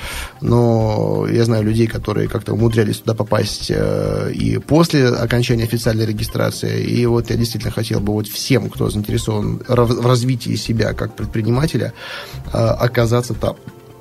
Но я знаю людей, которые как-то умудрялись туда попасть и после окончания официальной регистрации. И вот я действительно хотел бы вот всем, кто заинтересован в развитии себя как предпринимателя, оказаться там.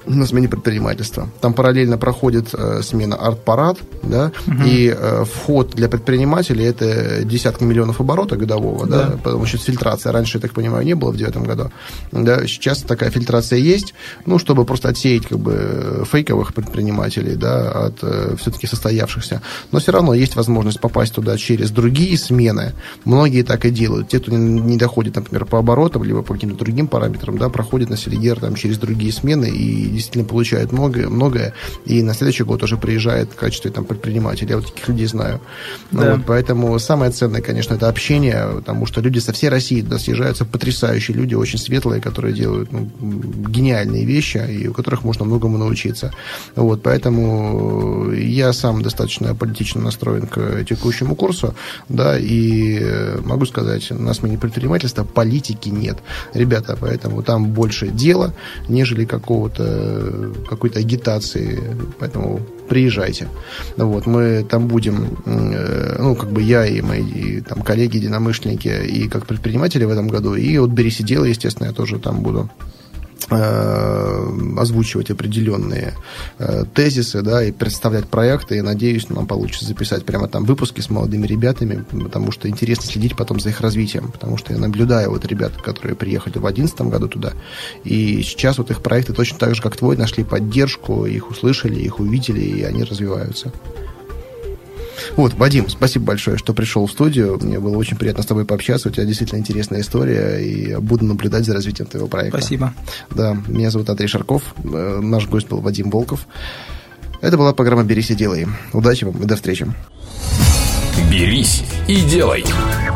на смене предпринимательства. Там параллельно проходит э, смена арт-парад, да, угу. и э, вход для предпринимателей это десятки миллионов оборота годового, да, да, потому что фильтрация раньше, я так понимаю, не было в девятом году. Да, сейчас такая фильтрация есть, ну, чтобы просто отсеять как бы фейковых предпринимателей, да, от э, все-таки состоявшихся. Но все равно есть возможность попасть туда через другие смены. Многие так и делают. Те, кто не, не доходит, например, по оборотам, либо по каким-то другим параметрам, да, проходят на Селигер там через другие смены и действительно получают многое, многое, и на следующий год уже приезжает в качестве там, предпринимателя. Я вот таких людей знаю. Да. Вот, поэтому самое ценное, конечно, это общение, потому что люди со всей России туда съезжаются, потрясающие люди, очень светлые, которые делают ну, гениальные вещи, и у которых можно многому научиться. Вот, поэтому я сам достаточно политично настроен к текущему курсу, да, и могу сказать, на смене предпринимательства политики нет. Ребята, поэтому там больше дела, нежели какого-то какой-то агитации, поэтому приезжайте. Вот, мы там будем, ну, как бы я и мои там, коллеги, единомышленники, и как предприниматели в этом году, и от «Бери, сидела», естественно, я тоже там буду озвучивать определенные э, тезисы, да, и представлять проекты, и надеюсь, нам получится записать прямо там выпуски с молодыми ребятами, потому что интересно следить потом за их развитием, потому что я наблюдаю вот ребят, которые приехали в две тысячи одиннадцатом году туда, и сейчас вот их проекты точно так же, как твой, нашли поддержку, их услышали, их увидели, и они развиваются. Вот, Вадим, спасибо большое, что пришел в студию. Мне было очень приятно с тобой пообщаться. У тебя действительно интересная история, и буду наблюдать за развитием твоего проекта. Спасибо. Да, меня зовут Андрей Шарков. Наш гость был Вадим Волков. Это была программа «Берись и делай». Удачи вам и до встречи. «Берись и делай».